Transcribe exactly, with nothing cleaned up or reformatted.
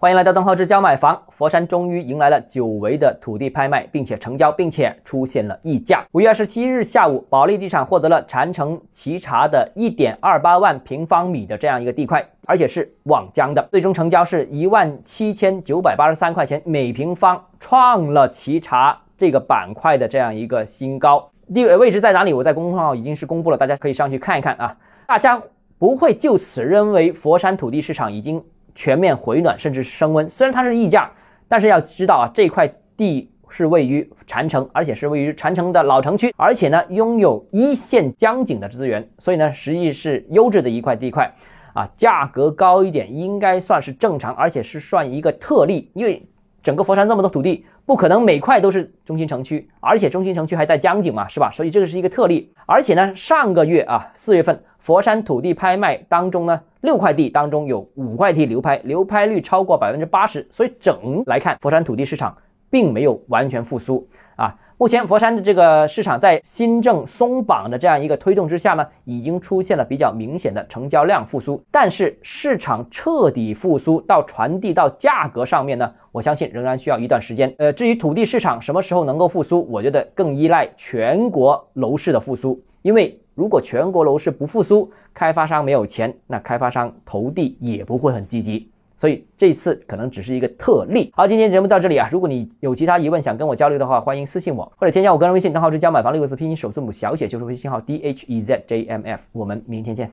欢迎来到邓浩之教买房。佛山终于迎来了久违的土地拍卖，并且成交，并且出现了溢价。五月二十七日下午，保利地产获得了禅城奇茶的 一点二八万平方米的这样一个地块，而且是网江的，最终成交是一万七千九百八十三块钱每平方，创了奇茶这个板块的这样一个新高。地位位置在哪里？我在公众号已经是公布了，大家可以上去看一看啊。大家不会就此认为佛山土地市场已经全面回暖甚至是升温，虽然它是溢价，但是要知道啊，这块地是位于禅城，而且是位于禅城的老城区，而且呢拥有一线江景的资源，所以呢实际是优质的一块地块啊，价格高一点应该算是正常，而且是算一个特例，因为整个佛山这么多土地，不可能每块都是中心城区，而且中心城区还带江景嘛，是吧？所以这个是一个特例。而且呢，上个月啊四月份佛山土地拍卖当中呢，六块地当中有五块地流拍，流拍率超过 百分之八十， 所以整来看佛山土地市场并没有完全复苏啊。目前佛山的这个市场在新政松绑的这样一个推动之下呢，已经出现了比较明显的成交量复苏，但是市场彻底复苏到传递到价格上面呢，我相信仍然需要一段时间。呃，至于土地市场什么时候能够复苏，我觉得更依赖全国楼市的复苏，因为如果全国楼市不复苏，开发商没有钱，那开发商投地也不会很积极，所以这次可能只是一个特例。好，今天节目到这里啊，如果你有其他疑问想跟我交流的话，欢迎私信我，或者添加我个人微信邓浩之教买房六个字拼音首字母小写就是微信号 D H E Z J M F， 我们明天见。